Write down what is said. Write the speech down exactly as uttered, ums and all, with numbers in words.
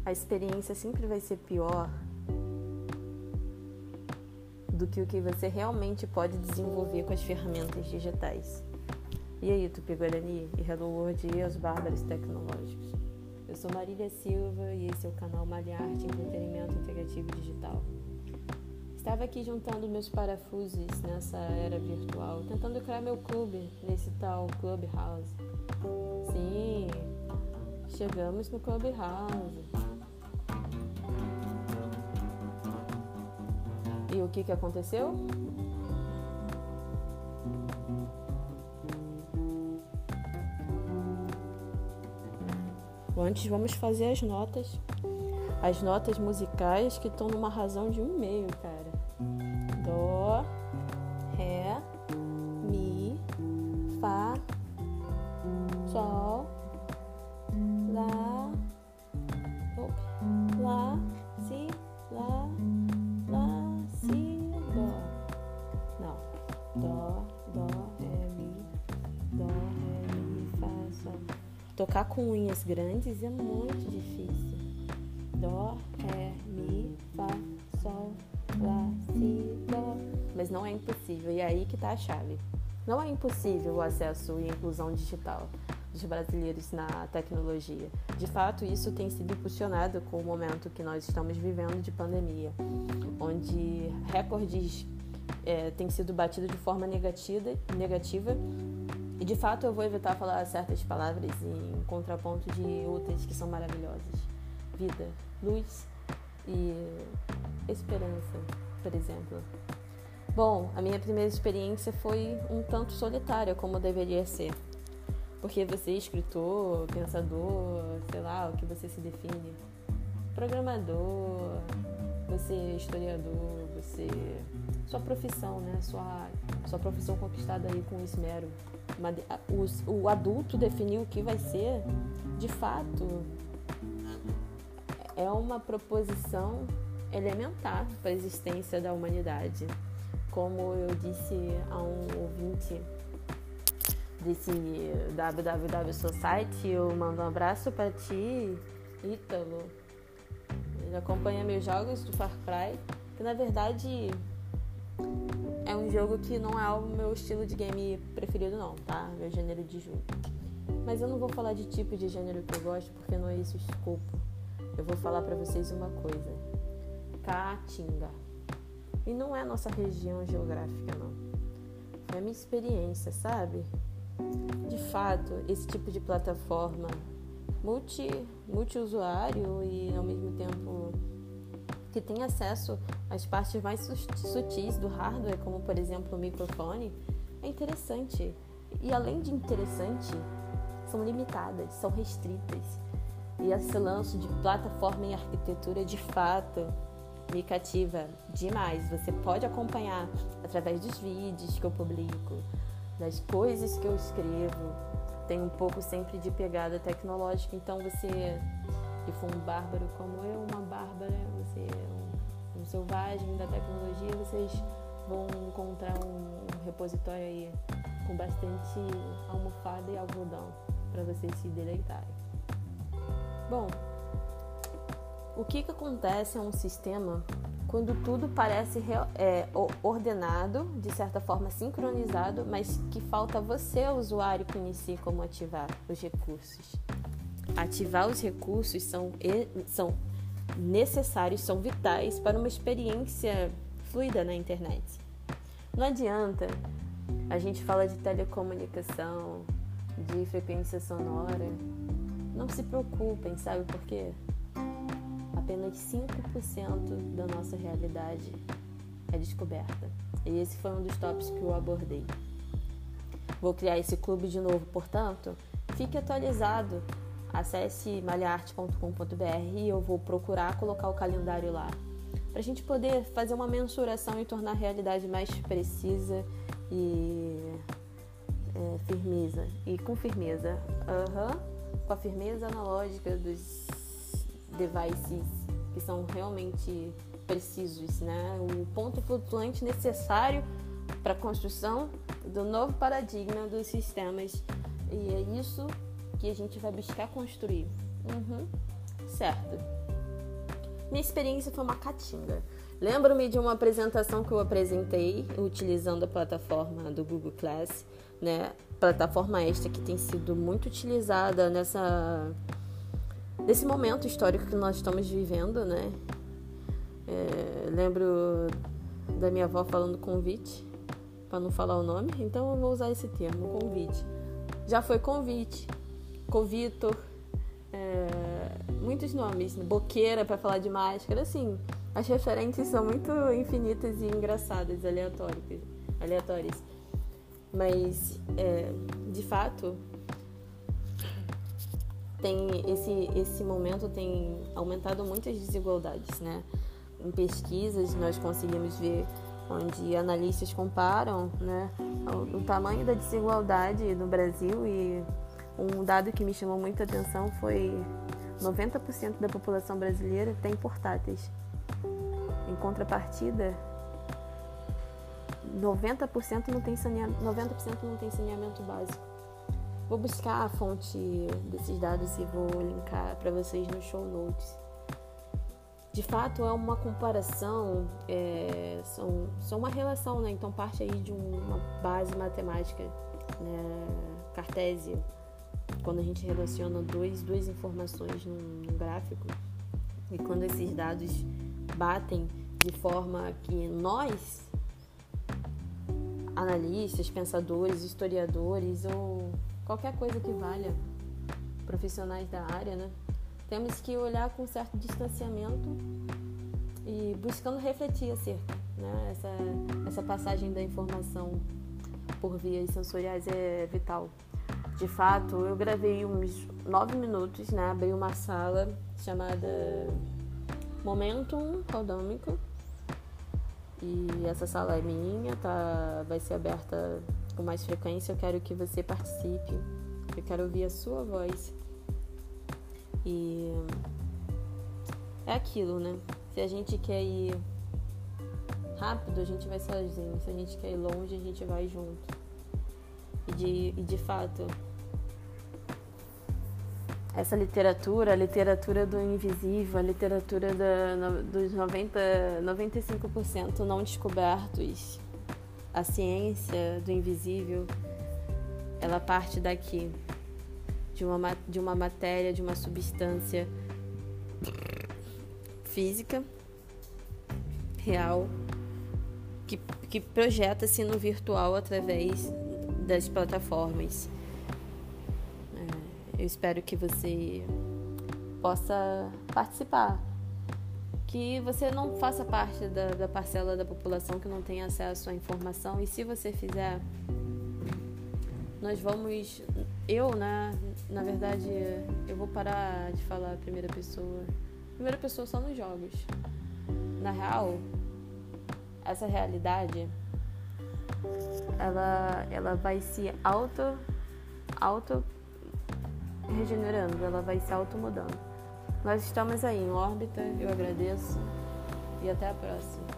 a experiência sempre vai ser pior do que o que você realmente pode desenvolver com as ferramentas digitais. E aí, Tupi-Guarani e Hello World e os bárbaros tecnológicos. Eu sou Marília Silva e esse é o canal Malharte Entretenimento Integrativo Digital. Estava aqui juntando meus parafusos nessa era virtual, tentando criar meu clube nesse tal Clubhouse. Sim, chegamos no Clubhouse. E o que que aconteceu? Antes vamos fazer as notas. As notas musicais que estão numa razão de um meio, cara. Dó, Ré, Mi, Fá, Sol, Lá, opa, Lá, Si, Lá, Lá, Si, Dó. Não. Dó, Dó, Ré, Mi, Dó, Ré, Mi, Fá, Sol. Tocar com unhas grandes é muito difícil. Dó, Ré, Mi, Fá, Sol, Lá, Si, Dó. Mas não é impossível, e é aí que está a chave. Não é impossível o acesso e a inclusão digital dos brasileiros na tecnologia. De fato, isso tem sido impulsionado com o momento que nós estamos vivendo de pandemia, onde recordes é, têm sido batidos de forma negativa, negativa. E de fato eu vou evitar falar certas palavras em contraponto de outras que são maravilhosas. Vida, luz e esperança, por exemplo. Bom, a minha primeira experiência foi um tanto solitária, como deveria ser. Porque você é escritor, pensador, sei lá, o que você se define. Programador, você é historiador, você... Sua profissão, né? Sua, sua profissão conquistada aí com esmero. O, o adulto definiu o que vai ser, de fato, é uma proposição elementar para a existência da humanidade. Como eu disse a um ouvinte desse W W W Society, eu mando um abraço para ti, Ítalo. Ele acompanha meus jogos do Far Cry, que na verdade é um jogo que não é o meu estilo de game preferido não, tá? Meu gênero de jogo. Mas eu não vou falar de tipo de gênero que eu gosto, porque não é esse o escopo. Eu vou falar pra vocês uma coisa. Caatinga. E não é nossa região geográfica, não. Foi a minha experiência, sabe? De fato, esse tipo de plataforma multi, multi-usuário e ao mesmo tempo que tem acesso às partes mais sutis do hardware, como por exemplo o microfone, é interessante. E além de interessante, são limitadas, são restritas. E esse lance de plataforma em arquitetura, de fato, me cativa demais. Você pode acompanhar através dos vídeos que eu publico, das coisas que eu escrevo. Tem um pouco sempre de pegada tecnológica, então você... que for um bárbaro como eu, uma bárbara, você é um, um selvagem da tecnologia, vocês vão encontrar um, um repositório aí com bastante almofada e algodão para vocês se deleitarem. Bom, o que que acontece é um sistema quando tudo parece é, ordenado, de certa forma sincronizado, mas que falta você, usuário, conhecer como ativar os recursos. Ativar os recursos são, são necessários, são vitais para uma experiência fluida na internet. Não adianta a gente falar de telecomunicação, de frequência sonora. Não se preocupem, sabe por quê? Apenas cinco por cento da nossa realidade é descoberta. E esse foi um dos tópicos que eu abordei. Vou criar esse clube de novo, portanto, fique atualizado. Acesse malharte ponto com ponto b r e eu vou procurar colocar o calendário lá, para a gente poder fazer uma mensuração e tornar a realidade mais precisa e é, firmeza. E com firmeza, uhum, com a firmeza analógica dos devices que são realmente precisos, né? O ponto flutuante necessário para a construção do novo paradigma dos sistemas. E é isso que a gente vai buscar construir. Uhum. Certo. Minha experiência foi uma catinga. Lembro-me de uma apresentação que eu apresentei utilizando a plataforma do Google Class, né? Plataforma esta que tem sido muito utilizada nessa, nesse momento histórico que nós estamos vivendo, né? É, lembro da minha avó falando convite, para não falar o nome, então eu vou usar esse termo, convite. Já foi convite, convitor, é, muitos nomes, boqueira para falar de máscara, assim, as referências são muito infinitas e engraçadas, aleatórias, aleatórias. Mas, é, de fato, tem esse, esse momento tem aumentado muitas desigualdades, né? Em pesquisas, nós conseguimos ver onde analistas comparam, né, o, o tamanho da desigualdade no Brasil, e um dado que me chamou muita atenção foi noventa por cento da população brasileira tem portáteis. Em contrapartida, noventa por cento não tem saneamento, noventa por cento não tem saneamento básico. Vou buscar a fonte desses dados e vou linkar para vocês no show notes. De fato, é uma comparação, é, são, são uma relação, né? Então parte aí de uma base matemática, né? Cartésia, quando a gente relaciona dois, duas informações num, num gráfico, e quando esses dados batem de forma que nós, analistas, pensadores, historiadores ou qualquer coisa que valha, profissionais da área, né? Temos que olhar com certo distanciamento e buscando refletir acerca, né? Essa, essa passagem da informação por vias sensoriais é vital. De fato, eu gravei uns nove minutos, né? Abri uma sala chamada Momentum Rodômico. E essa sala é minha, tá? Vai ser aberta com mais frequência. Eu quero que você participe. Eu quero ouvir a sua voz. E é aquilo, né? Se a gente quer ir rápido, a gente vai sozinho. Se a gente quer ir longe, a gente vai junto. E de, e de fato, essa literatura, a literatura do invisível, a literatura da, dos noventa, noventa e cinco por cento não descobertos, a ciência do invisível, ela parte daqui. De uma, de uma matéria, de uma substância física, real, que, que projeta-se no virtual através das plataformas. É, eu espero que você possa participar, que você não faça parte da, da parcela da população que não tem acesso à informação, e se você fizer, nós vamos... Eu, né, na verdade, eu vou parar de falar primeira pessoa. Primeira pessoa só nos jogos. Na real, essa realidade, ela, ela vai se auto, auto regenerando, ela vai se auto mudando. Nós estamos aí em órbita, eu agradeço e até a próxima.